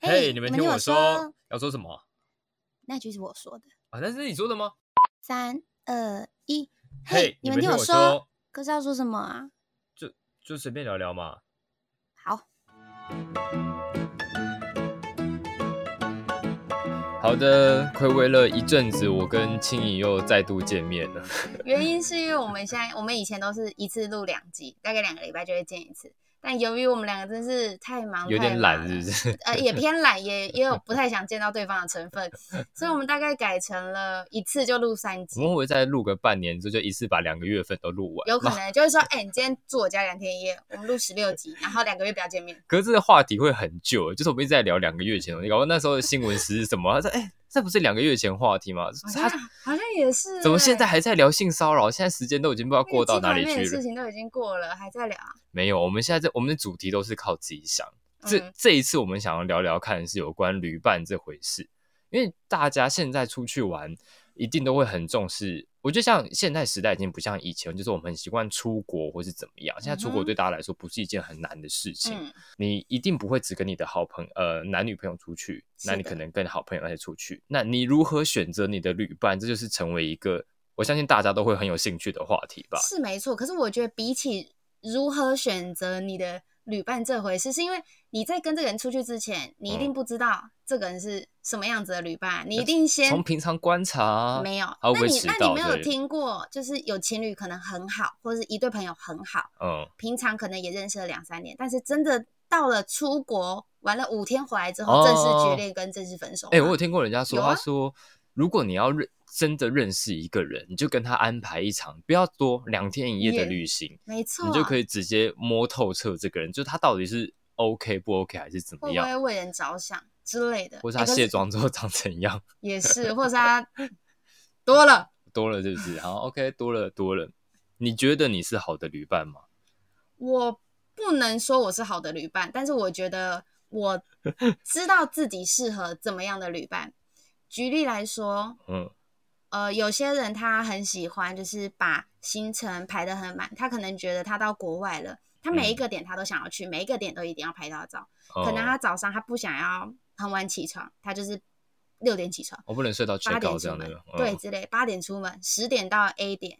嘿，你们听我说，要说什么？ 那句是我说的啊？那是你说的吗 ？3、2、1， 嘿， 你们听我说。 可是要说什么啊？ 就随便聊聊嘛。 好。 好的，睽违了一阵子，我跟青怡又再度见面了。 原因是因为我们以前都是一次录2集，大概2个礼拜就会见一次。但由于我们两个真是太忙， 有点懒，是不是？ 也偏懒，也有不太想见到对方的成分，所以我们大概改成了一次就录3集。 我们会不会再录个半年，就一次把2个月份都录完？ 有可能就是说，你今天住我家2天1夜，我们录16集，然后2个月不要见面。 可是这个话题会很旧，就是我们一直在聊2个月前的东西，搞不好那时候的新闻时是什么？他说，这不是2个月前话题吗？ 好像也是。 怎么现在还在聊性骚扰？现在时间都已经不知道过到哪里去了。 事情都已经过了，还在聊啊？ 没有，我们现在我们的主题都是靠自己想。这一次我们想要聊聊看的是有关旅伴这回事，因为大家现在出去玩一定都会很重视。我觉得像现在时代已经不像以前，就是我们很习惯出国或是怎么样。现在出国对大家来说不是一件很难的事情。你一定不会只跟你的男女朋友出去，那你可能跟好朋友那些出去。那你如何选择你的旅伴？这就是成为一个我相信大家都会很有兴趣的话题吧。 是没错，可是我觉得比起如何选择你的旅伴这回事，是因为你在跟这个人出去之前，你一定不知道这个人是什么样子的旅伴，你一定先从平常观察。 没有， 会不会迟到？ 那你没有听过，就是有情侣可能很好，或者是一对朋友很好，平常可能也认识了2-3年，但是真的到了出国玩了5天回来之后，正式决裂跟正式分手。 我有听过人家说，他说如果你要真的认识一个人，你就跟他安排一场不要多2天1夜的旅行， 没错， 你就可以直接摸透彻这个人，就是他到底是 OK 不 OK 还是怎么样， 会不会为人着想之类的， 或是他卸妆之后长怎样， 也是，或是他多了是不是？好 OK 多了，你觉得你是好的旅伴吗？ 我不能说我是好的旅伴，但是我觉得我知道自己适合怎么样的旅伴。举例来说，有些人他很喜欢就是把行程排得很满，他可能觉得他到国外了，他每一个点他都想要去，每一个点都一定要拍到照。可能他早上他不想要很晚起床，他就是6点起床， 我不能睡到8点这样的， 对，之类8点出门，10点到 A 点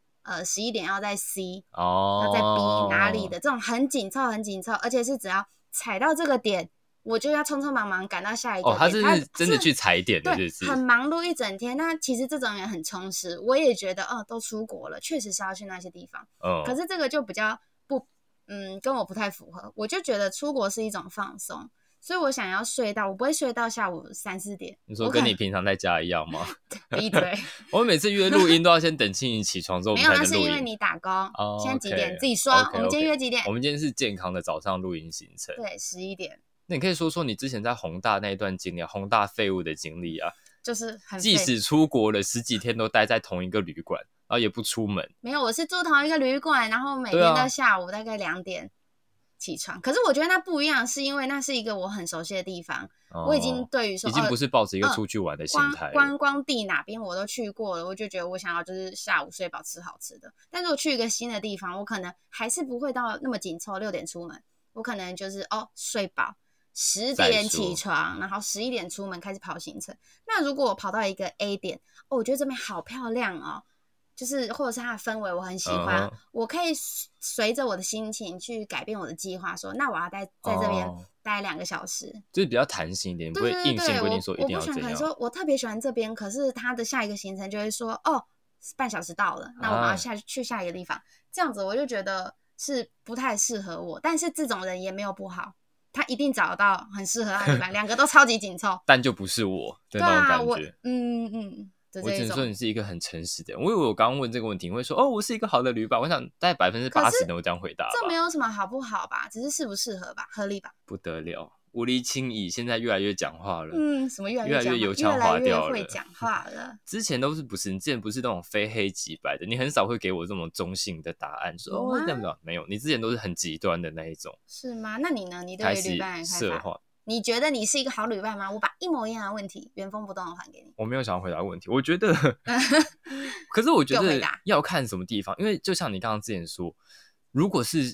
，11点要在 C，要在 B 哪里的，这种很紧凑，而且是只要踩到这个点，我就要匆匆忙忙赶到下一个点。 他是真的去踩点的， 对，很忙碌一整天。那其实这种人很充实，我也觉得，都出国了，确实是要去那些地方。可是这个就比较跟我不太符合。我就觉得出国是一种放松，所以我想要睡到，我不会睡到下午3-4点。 你说跟你平常在家一样吗？ 闭嘴！ 我们每次约录音都要先等青怡起床之后我们才能录音。 没有，那是因为你打工。现在几点？你自己说。 我们今天约几点？ 我们今天是健康的早上录音行程。 对，11点。 那你可以说说你之前在弘大那一段经历，弘大废物的经历啊。 就是很即使出国了10几天都待在同一个旅馆，然后也不出门。 没有，我是住同一个旅馆，然后每天到下午大概2点起床。可是我觉得那不一样，是因为那是一个我很熟悉的地方，我已经对于说已经不是抱着一个出去玩的心态， 观光地哪边我都去过了，我就觉得我想要就是下午睡饱吃好吃的。但是我去一个新的地方，我可能还是不会到那么紧凑，6点出门，我可能就是睡饱10点起床，然后11点出门开始跑行程。那如果我跑到一个 A 点，我觉得这边好漂亮哦，就是或者是它的氛围我很喜欢，我可以随着我的心情去改变我的计划，说那我要在这边待2个小时，就是比较弹性一点，不会硬性规定说一定要怎样。 我不喜欢可能说我特别喜欢这边，可是它的下一个行程就会说半小时到了，那我们要去下一个地方，这样子我就觉得是不太适合我。但是这种人也没有不好，他一定找得到很适合他的旅伴，2个都超级紧凑， 但就不是我的那种感觉。 我只能说你是一个很诚实的人。我以为我刚刚问这个问题，你会说我是一个好的旅伴，我想大概80%的我这样回答吧。 这没有什么好不好吧，只是适不适合吧，合理吧。 不得了，无厘轻乙现在越来越讲话了。 什么越来越油腔滑调了， 越来越会讲话了。 之前都是不是？你之前不是那种非黑即白的，你很少会给我这种中性的答案，说没有，你之前都是很极端的那一种。 是吗？那你呢？你对于旅伴的看法？你觉得你是一个好旅伴吗？我把一模一样的问题原封不动的还给你。 我没有想要回答问题，我觉得可是我觉得要看什么地方，因为就像你刚刚之前说，如果是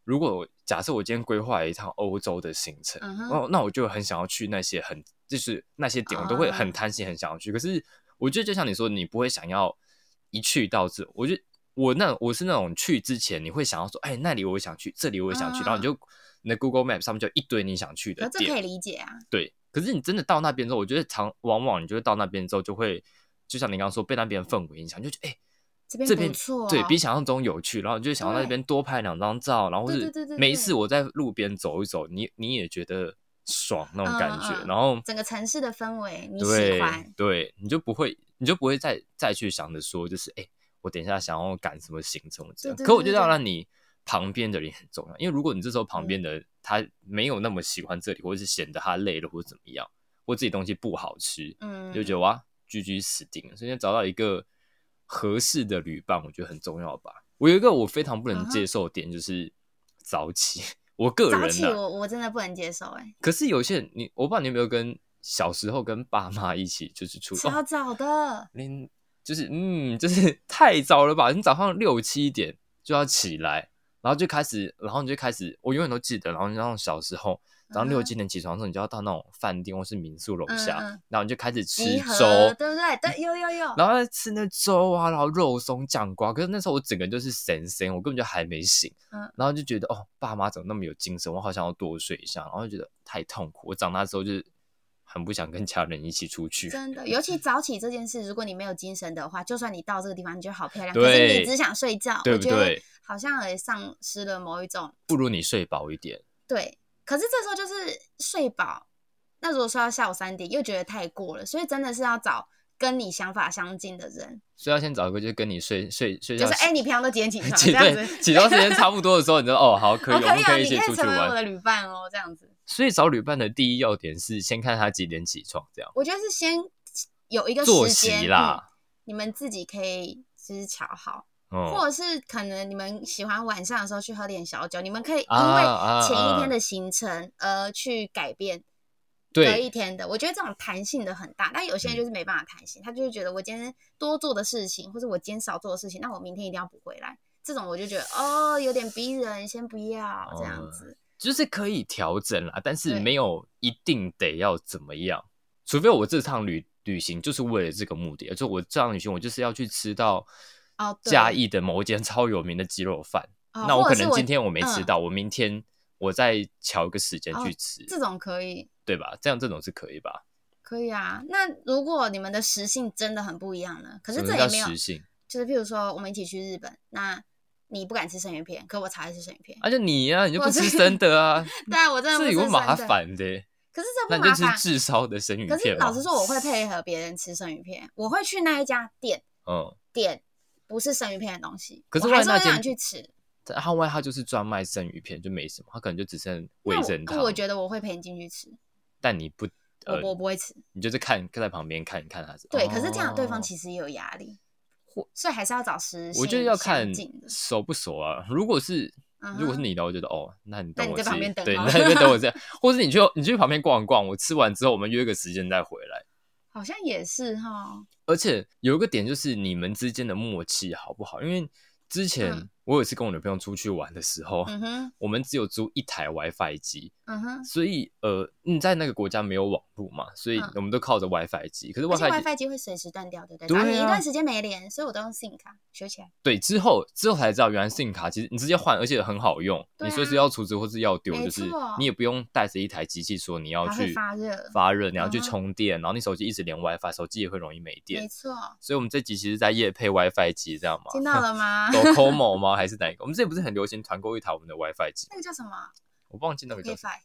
如果假设我今天规划了一趟欧洲的行程，那我就很想要去那些就是那些点，我都会很贪心，很想要去。可是我觉得就像你说，你不会想要一去到这，我觉得我是那种去之前你会想要说，哎，那里我也想去，这里我也想去，然后你的 Google Map 上面就一堆你想去的点， 这可以理解啊。 对，可是你真的到那边之后，我觉得往往你就会到那边之后，就会就像你刚刚说，被那边的氛围影响，就觉得这边不错， 对比想象中有趣，然后你就会想要在那边多拍2张照，然后或是每一次我在路边走一走，你也觉得爽那种感觉，然后整个城市的氛围你喜欢， 对，你就不会再去想着说，就是我等一下想要赶什么行程这样。可我觉得要让你旁边的人很重要，因为如果你这时候旁边的他没有那么喜欢这里，或者是显得他累了或者怎么样，或自己东西不好吃，就觉得哇GG死定了。所以找到一个合适的旅伴，我觉得很重要吧。我有一个我非常不能接受的点，就是早起。我个人早起我真的不能接受可是有些人我不知道你有没有跟小时候跟爸妈一起就是超早的， 就是太早了吧？你早上6、7点就要起来，然后你就开始，我永远都记得，然后那种小时候，早上6、7点起床的时候，你就要到那种饭店或是民宿楼下，然后你就开始吃粥， 对不对？对，有， 然后吃那粥啊，然后肉松酱瓜。可是那时候我整个就是神，我根本就还没醒，然后就觉得爸妈怎么那么有精神，我好想要多睡一下，然后就觉得太痛苦。我长大之后就是很不想跟家人一起出去， 真的，尤其早起这件事，如果你没有精神的话，就算你到这个地方，你觉得好漂亮，可是你只想睡觉， 对不对？ 我觉得好像也丧失了某一种， 不如你睡饱一点。 对，可是这时候就是睡饱，那如果说要下午3点，又觉得太过了，所以真的是要找跟你想法相近的人， 所以要先找一个就是跟你睡觉， 就是你平常都几点起床？这样子， 起床时间差不多的时候，你就好可以，我们可以一起出去玩。 你可以成为我的旅伴哦，这样子。 所以找旅伴的第一要点是先看他几点起床，这样。 我觉得是先有一个作时间息啦， 你们自己可以就是瞧好。或者是可能你们喜欢晚上的时候去喝点小酒，你们可以因为前一天的行程而去改变隔一天的。我觉得这种弹性的很大，但有些人就是没办法弹性，他就是觉得我今天多做的事情，或者我今天少做的事情，那我明天一定要补回来。这种我就觉得有点逼人，先不要这样子。 就是可以调整啦，但是没有一定得要怎么样，除非我这趟旅行就是为了这个目的，就我这趟旅行我就是要去吃到嘉义的某一间超有名的鸡肉饭，那我可能今天我没吃到，我明天我再瞧一个时间去吃， 这种可以， 对吧？这种是可以吧？ 可以啊。那如果你们的食性真的很不一样呢？可是这也没有食性， 就是譬如说我们一起去日本，那你不敢吃生鱼片，可我超爱吃生鱼片， 就你啊，你就不吃生的啊？ 对啊，我真的不吃生的， 这有麻烦的。 可是这不麻烦， 那你就吃炙烧的生鱼片。 可是老实说，我会配合别人吃生鱼片，我会去那一家店，点不是生鱼片的东西， 可是我还是会让你去吃。 他就是专卖生鱼片，就没什么，他可能就只剩味噌汤。 我觉得我会陪你进去吃， 但你不， 我不会吃， 你就是在旁边看一看他。 对，可是这样对方其实也有压力，所以还是要找食性我觉得要看熟不熟啊。如果是你的，我觉得那你等我吃，对，你在那边等我这样，或是你去旁边逛逛，我吃完之后我们约个时间再回来。 好像也是哈。 而且有一个点就是你们之间的默契好不好？因为之前我有一次跟我女朋友出去玩的时候，我们只有租一台 WiFi 机，所以你在那个国家没有网络嘛，所以我们都靠着 WiFi 机。可是 WiFi 机会随时断掉，对不对？然后你一段时间没连，所以我都用 SIM 卡学起来。 对，之后才知道原来 SIM 卡其实你直接换，而且很好用。你随时要储值或是要丢，就是你也不用带着一台机器说你要去发热，你要去充电，然后你手机一直连 WiFi， 手机也会容易没电。 没错。 所以我们这集其实在业配 WiFi 机，这样吗？ 听到了吗 ？Docomo 吗？还是哪一个？我们之前不是很流行团购一台我们的 WiFi 机？ 那个叫什么？ 我忘记那个叫什么。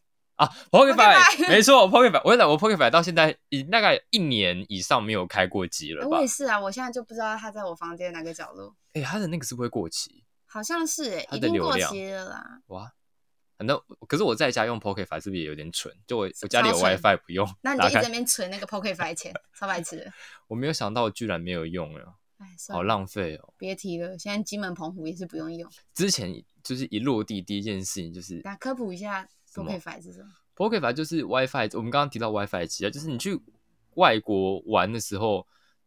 Pocket 没错 ，Pocket。我Pocket 到现在大概1年以上没有开过机了吧？ 我也是啊，我现在就不知道它在我房间哪个角落。 它的那个是不会过期？ 好像是已经过期了啦。 哇，可是我在家用 Pocket 是不是也有点蠢？就我家里有 WiFi 不用， 那你就一直在那边存那个 Pocket 钱，超白痴的。 我没有想到我居然没有用了。好浪费哦！ 别提了，现在金门澎湖也是不用用。 之前就是一落地第一件事情就是科普一下 Pocket 是什么 ？Pocket 就是 WiFi， 我们刚刚提到 WiFi 机啊，就是你去外国玩的时候，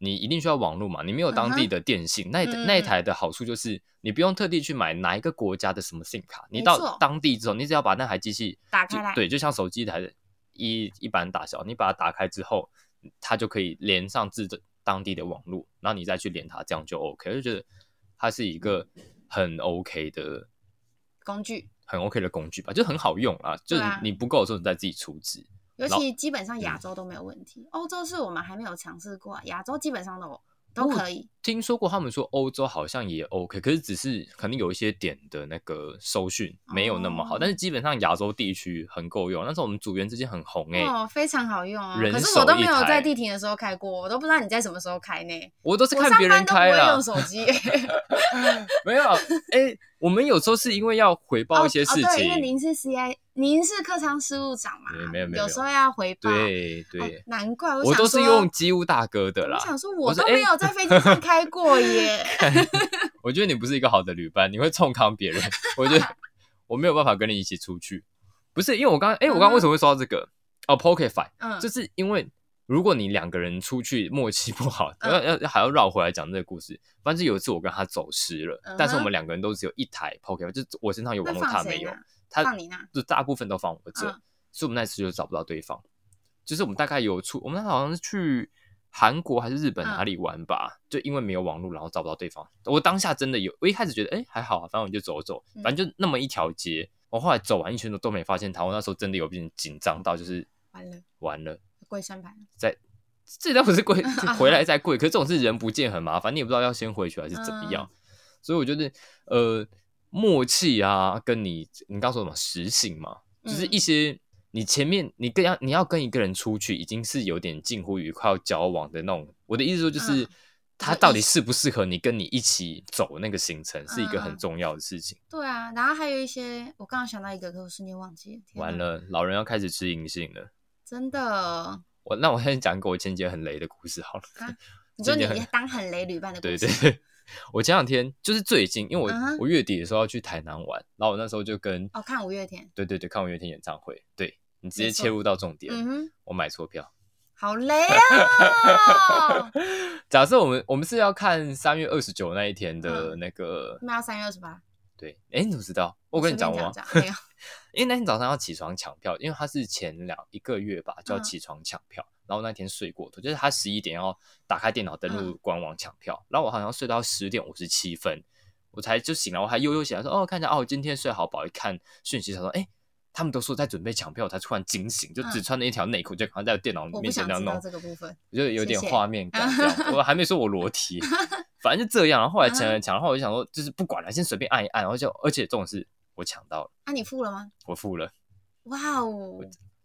你一定需要网络嘛，你没有当地的电信，那一台的好处就是你不用特地去买哪一个国家的什么 SIM 卡，你到当地之后，你只要把那台机器打开来， 对，就像手机台的一般大小，你把它打开之后，它就可以连上当地的网络，然后你再去连它，这样就 OK。我就觉得它是一个很 OK 的工具， 很 OK 的工具吧，就很好用啊。就是你不够的时候，你再自己储值。 尤其基本上亚洲都没有问题，欧洲是我们还没有尝试过，亚洲基本上都可以。 听说过他们说欧洲好像也 OK， 可是只是可能有一些点的那个收讯没有那么好，但是基本上亚洲地区很够用。那时候我们组员之间很红非常好用啊。 可是我都没有在地停的时候开过，我都不知道你在什么时候开呢。 我都是看别人开啦。 我上班都不会用手机没有我们有时候是因为要回报一些事情， 对，因为您是客舱事务长嘛， 没有， 有时候要回报。 对， 难怪我都是用机务大哥的啦。 我想说，我都没有在飞机上开过耶。 我觉得你不是一个好的旅伴，你会冲康别人。我觉得我没有办法跟你一起出去。不是因为我刚刚为什么会说到这个？Pocket Fight，就是因为如果你2个人出去默契不好，还要绕回来讲这个故事。反正有一次我跟他走失了，但是我们2个人都只有一台 Pocket Fight，就是我身上有网络，他没有。他放你那， 就大部分都放我这，所以我们那次就找不到对方。就是我们大概我们好像是去韩国还是日本哪里玩吧，就因为没有网络，然后找不到对方。我当下真的我一开始觉得还好啊，反正我就走，反正就那么一条街。我后来走完一圈都没发现他，我那时候真的有点紧张到就是完了， 跪算盘， 这倒不是跪，回来再跪。可是这种事人不见很麻烦，你也不知道要先回去还是怎么样。所以我觉得默契啊，跟你刚说什么实性嘛，就是一些你前面你要跟一个人出去，已经是有点近乎于快要交往的那种。我的意思说，就是他到底适不适合你跟你一起走那个行程，是一个很重要的事情。 对啊，然后还有一些，我刚刚想到一个，可我瞬间忘记了。 完了，老人要开始吃银杏了， 真的。 那我先讲一个我前几天很雷的故事好了。 你说你当很雷旅伴的故事？ 对。我前2天就是最近，因为我月底的时候要去台南玩，然后我那时候就跟看五月天， 对，看五月天演唱会。对，你直接切入到重点，我买错票， 好雷啊！ 假设我们是要看3月29那一天的那个， 那要3月28。 对，你怎么知道？我跟你讲吗？ 没有， 因为那天早上要起床抢票，因为他是前1个月吧就要起床抢票。然后那天睡过头，就是他11点要打开电脑登录官网抢票，然后我好像睡到10点57分，我才就醒了，我还悠悠起来说看一下我今天睡好饱，一看讯息他说他们都说在准备抢票，我才突然惊醒，就只穿了一条内裤，就好像在电脑面前那样弄。 我不想知道这个部分， 就有点画面感这样。我还没说我裸体，反正就这样。然后后来抢，然后我就想说，就是不管了，先随便按一按，然后而且这种事我抢到了。 你付了吗？ 我付了。 哇哦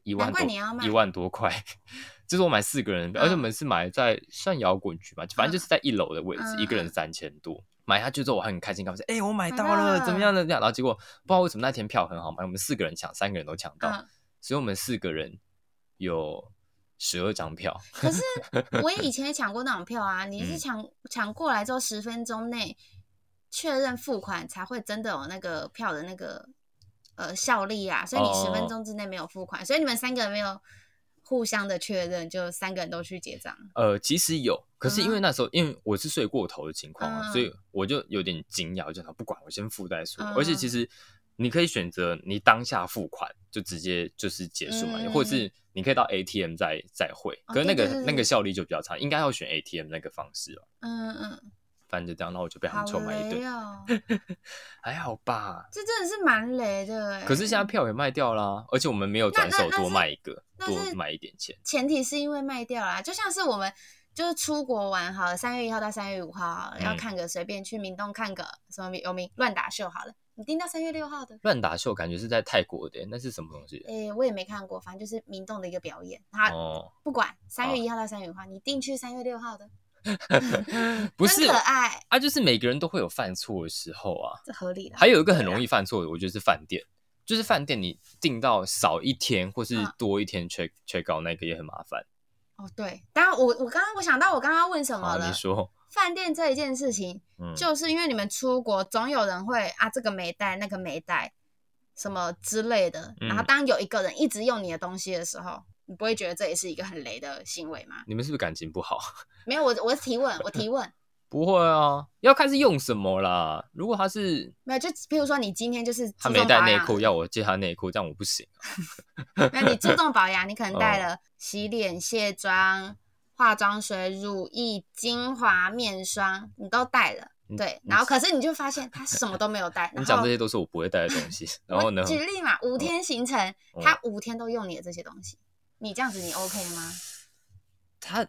，1万多块。就是我买4个人，而且我们是买在算摇滚区嘛，反正就是在1楼的位置，一个人3000多。买下去之后我还很开心，告诉我买到了，怎么样的这样。然后结果不知道为什么那天票很好买，我们4个人抢，3个人都抢到，所以我们4个人有12张票。 可是我以前也抢过那种票啊，你是抢过来之后10分钟内确认付款才会真的有那个票的那个效力啊，所以你10分钟之内没有付款，所以你们3个人没有互相的确认，就3个人都去结账。 其实有，可是因为那时候因为我是睡过头的情况所以我就有点惊讶，我就想不管，我先付再说。而且其实你可以选择你当下付款就直接就是结束嘛，或者是你可以到 ATM 再汇，可是那个效率就比较差，应该要选 ATM 那个方式了。反正就这样，然后我就被他们臭买一顿。还好吧？ 这真的是蛮雷的可是现在票也卖掉啦，而且我们没有转手多卖一个，多卖一点钱。 前提是因为卖掉啦，就像是我们就是出国玩好了，3月1号到3月5号好了，要看个随便去明洞看个什么有名乱打秀好了，你订到3月6号的。 乱打秀感觉是在泰国的，那是什么东西？ 我也没看过，反正就是明洞的一个表演。他不管3月1号到3月5号，你订去3月6号的。 不是很可爱啊，就是每个人都会有犯错的时候啊， 这合理的。 还有一个很容易犯错的，我觉得是饭店，就是饭店你订到少1天或是多1天 check out 那个也很麻烦。 对，当然我想到我刚刚问什么了。 你说饭店这一件事情，就是因为你们出国总有人会这个没带那个没带什么之类的，然后当有一个人一直用你的东西的时候， 你不会觉得这也是一个很雷的行为吗？ 你们是不是感情不好？ 没有，我提问，我提问。 不会啊，要看是用什么啦。如果他是没有，就比如说你今天就是他没带内裤， 注重保养要我借他内裤，这样我不行。 那你注重保养，你可能带了洗脸、卸妆、化妆水、乳液、精华、面霜，你都带了。对，然后可是你就发现他什么都没有带。 你讲这些都是我不会带的东西。然后呢？ 我举例嘛，5天行程，他5天都用你的这些东西，你这样子你 OK 吗？ 他。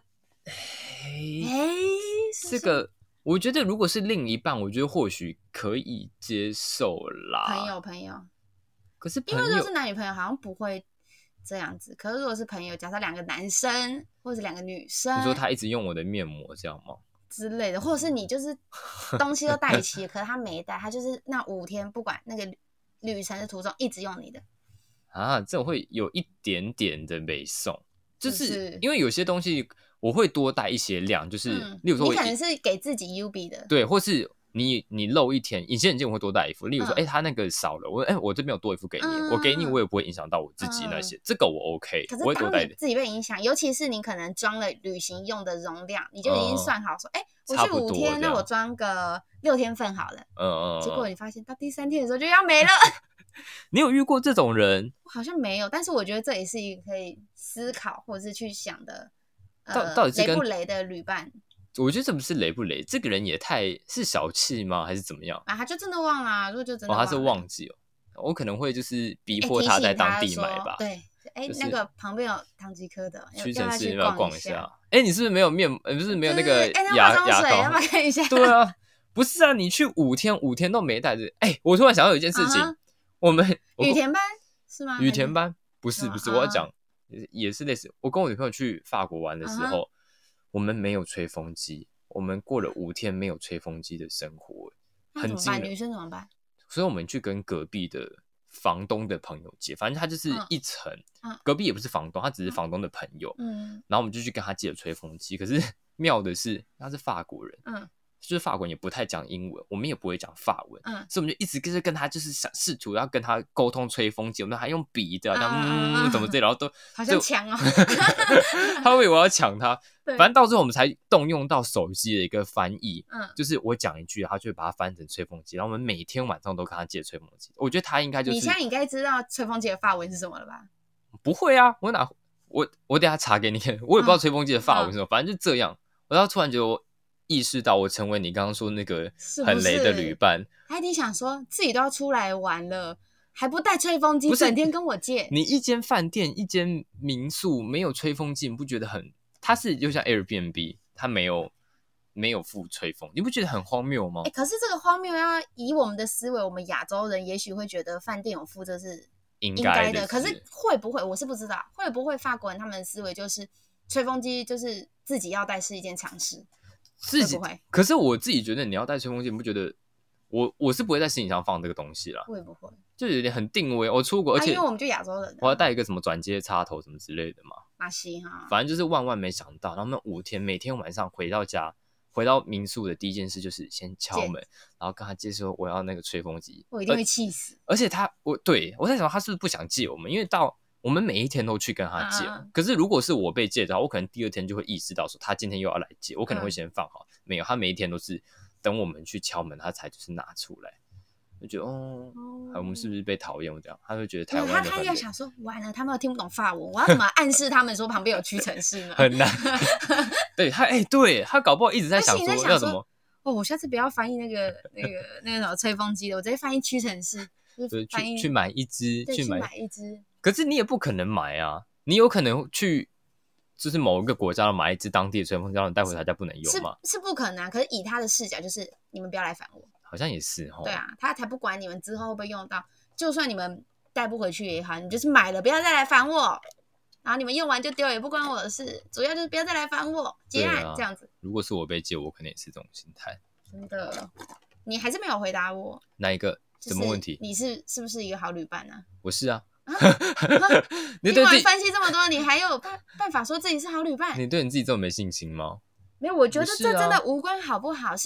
这个我觉得如果是另一半，我觉得或许可以接受啦。 朋友， 可是因为如果是男女朋友，好像不会这样子。可是如果是朋友，假设2个男生或者2个女生， 你说他一直用我的面膜这样吗？ 之类的，或者是你就是东西都带齐了，可是他没带，他就是那5天不管那个旅程的途中一直用你的啊，这种会有一点点的美送，就是因为有些东西。我会多带一些量，就是例如说， 你可能是给自己 UB 的， 对，或是你漏一天，隐形眼镜我会多带一副。例如说，他那个少了，我这边有多一副给你，我给你，我也不会影响到我自己那些，这个我 OK。 可是当你自己被影响，尤其是你可能装了旅行用的容量，你就已经算好说，我去5天，那我装个6天份好了。结果你发现到第3天的时候就要没了。 你有遇过这种人？ 好像没有，但是我觉得这也是一个可以思考或者是去想的。 到底是雷不雷的旅伴？ 我觉得这不是雷不雷，这个人也太是小气吗？还是怎么样啊？他就真的忘了、如果就真的忘了， 他是忘记我可能会就是逼迫他在当地买吧。 对，那个旁边有唐吉诃德， 屈臣氏要逛一下。你是不是没有不是没有那个牙膏？ 要不要看一下？ 对啊，不是啊，你去5天都没带着。我突然想到有一件事情，我们羽田班是吗？ 羽田班不是，我要讲。也是类似，我跟我女朋友去法国玩的时候，我们没有吹风机，我们过了5天没有吹风机的生活，很惊人。 女生怎么办？ 所以我们去跟隔壁的房东的朋友借，反正他就是一层，隔壁也不是房东，他只是房东的朋友。然后我们就去跟他借了吹风机，可是妙的是他是法国人，就是法国人也不太讲英文，我们也不会讲法文，所以我们就一直跟他就是想试图要跟他沟通吹风机，我们还用笔的，怎么这，然后都好像抢哦， 他以为我要抢他，反正到最后我们才动用到手机的一个翻译，就是我讲一句，他就会把它翻成吹风机，然后我们每天晚上都跟他借吹风机。我觉得他应该就是你现在应该知道吹风机的法文是什么了吧？ 不会啊，我等一下查给你看，我也不知道吹风机的法文是什么，反正就这样。然后突然觉得我意识到我成为你刚刚说那个很雷的旅伴， 他一定想说自己都要出来玩了，还不带吹风机，整天跟我借。 你一间饭店、一间民宿没有吹风机，你不觉得很？它是就像 Airbnb， 它没有附吹风，你不觉得很荒谬吗？ 可是这个荒谬要以我们的思维，我们亚洲人也许会觉得饭店有附这是应该的，可是会不会？我是不知道会不会法国人他们的思维就是吹风机就是自己要带是一件常事。 自己，可是我自己觉得你要带吹风机，你不觉得我是不会在行李箱放这个东西啦。 我也不会， 就有点很定位。我出国，而且因为我们就亚洲人， 我要带一个什么转接插头什么之类的嘛。 马西哈， 反正就是万万没想到，然后我们5天，每天晚上回到家，回到民宿的第一件事就是先敲门，然后跟他介绍我要那个吹风机。 我一定会气死。 而且我在想他是不是不想借我们，因为我们每一天都去跟他借，可是如果是我被借的话，我可能第2天就会意识到说他今天又要来借，我可能会先放好。没有，他每一天都是等我们去敲门，他才就是拿出来。就觉得我们是不是被讨厌这样？他会觉得台湾的他要想说完了，他们又听不懂法文，我要怎么暗示他们说旁边有屈臣氏呢？ 很难。对他对他搞不好一直在想说要怎么我下次不要翻译那个什么吹风机的，我直接翻译屈臣氏， 去买一支， 去买一支。 可是你也不可能买啊，你有可能去就是某一个国家买一支当地的吹风机，让你带回他家不能用吗？ 是不可能啊。可是以他的视角，就是你们不要来烦我。 好像也是对啊，他才不管你们之后会不会用到，就算你们带不回去也好，你就是买了，不要再来烦我。然后你们用完就丢，也不关我的事，主要就是不要再来烦我，结案这样子。 如果是我被借，我可能也是这种心态。 真的，你还是没有回答我哪一个？什么问题？ 你是不是一个好旅伴啊？ 我是啊。 你对自己分析这么多，你还有办法说自己是好旅伴？ 你对你自己这么没信心吗？ 没有，我觉得这真的无关好不好，是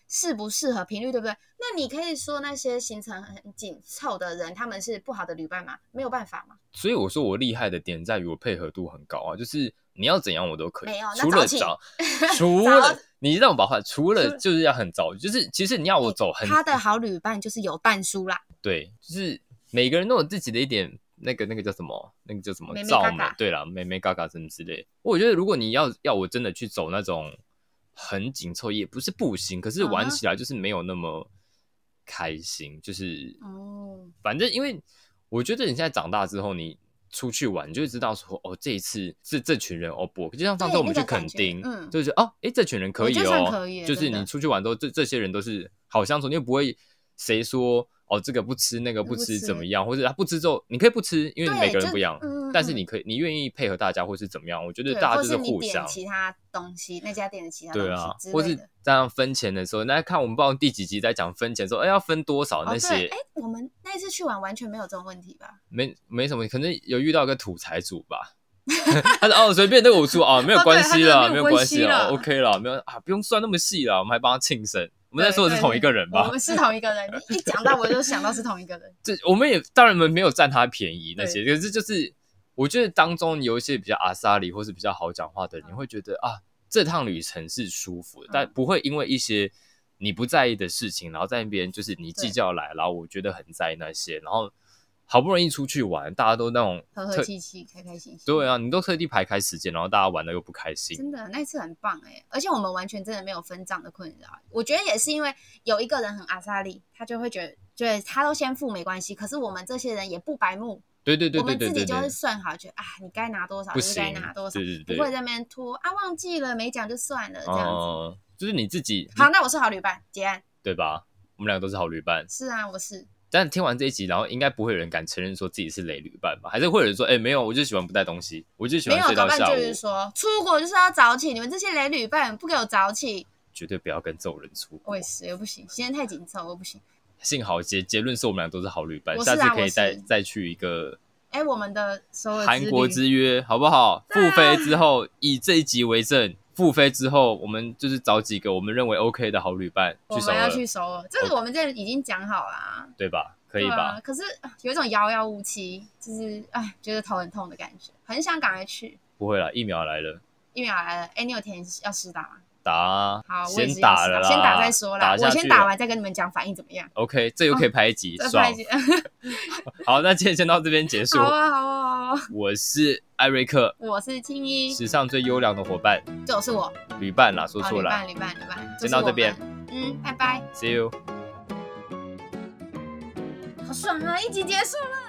适不适合频率，对不对？那你可以说那些行程很紧凑的人，他们是不好的旅伴吗？没有办法吗？ 所以我说我厉害的点在于我配合度很高啊，就是你要怎样我都可以， 没有， 除了早，除了你让我把话，除了就是要很早，就是其实你要我走很， 他的好旅伴就是有伴书啦。 对，就是每个人都有自己的一点那个叫什么，那个叫什么罩门，对啦，妹妹嘎嘎什么之类。我觉得如果你要我真的去走那种很紧凑，也不是不行，可是玩起来就是没有那么开心，就是反正因为我觉得你现在长大之后，你出去玩，你就会知道说，哦，这一次是这群人哦不，就像上次我们去垦丁，就是哦，这群人可以哦，就是你出去玩都这些人都是好相处，你又不会谁说哦这个不吃那个不吃怎么样，或者他不吃之后你可以不吃，因为每个人不一样，但是你愿意配合大家或是怎么样，我觉得大家就是互相。 或是你点其他东西，那家店的其他东西，对啊， 之类的， 或是这样分钱的时候，大家看我们不知道第几集在讲分钱，说要分多少那些， 我们那一次去玩完全没有这种问题吧？ 没什么，可能有遇到一个土财主吧。他说随便那个我出没有关系啦，没有关系啦 ，OK 啦，没有不用算那么细啦，我们还帮他庆生。我们在说的是同一个人吧？ 我们是同一个人，你一讲到我就想到是同一个人。 我们也当然没有占他便宜那些，可是就是我觉得当中有一些比较阿萨里或是比较好讲话的人，你会觉得这趟旅程是舒服的，但不会因为一些你不在意的事情，然后在那边就是你计较来，然后我觉得很在意那些，然后好不容易出去玩，大家都那种和和气气、开开心心。 对啊，你都特地排开时间，然后大家玩的又不开心。 真的，那次很棒而且我们完全真的没有分账的困扰。我觉得也是因为有一个人很阿萨利，他就会觉得他都先付没关系，可是我们这些人也不白目。 对， 我们自己就会算好，觉得你该拿多少就是该拿多少，不会在那边拖忘记了没讲就算了这样子。 就是你自己好，那我是好旅伴，结案， 对吧？我们两个都是好旅伴。 是啊，我是。 但听完这一集，然后应该不会有人敢承认说自己是雷旅伴吧？还是会有人说，没有，我就喜欢不带东西，我就喜欢睡到下午。 就是说出国就是要早起，你们这些雷旅伴不给我早起， 绝对不要跟这种人出国。 我也是，我不行，时间太紧凑，我不行。 幸好结论是我们俩都是好旅伴，下次可以再去一个。 我们的韩国之约好不好？复飞之后，以这一集为证，复飞之后，我们就是找几个我们认为 OK 的好旅伴去首尔。 我们要去首尔，这个我们这已经讲好啦， 对吧？可以吧？ 可是有一种遥遥无期，就是觉得头很痛的感觉，很想赶快去。 不会啦，疫苗来了， 你有填要施打吗？ 打啊！ 好， 先打了啦， 先打再说啦。我先打完再跟你们讲反应怎么样。 OK， 这又可以拍一集，爽。好，那今天先到这边结束。 好啊。 我是艾瑞克， 我是青衣， 史上最优良的伙伴， 就是我旅伴啦，说错了。 旅伴， 先到这边。 拜拜 ，See you。 好爽啊！一集结束了。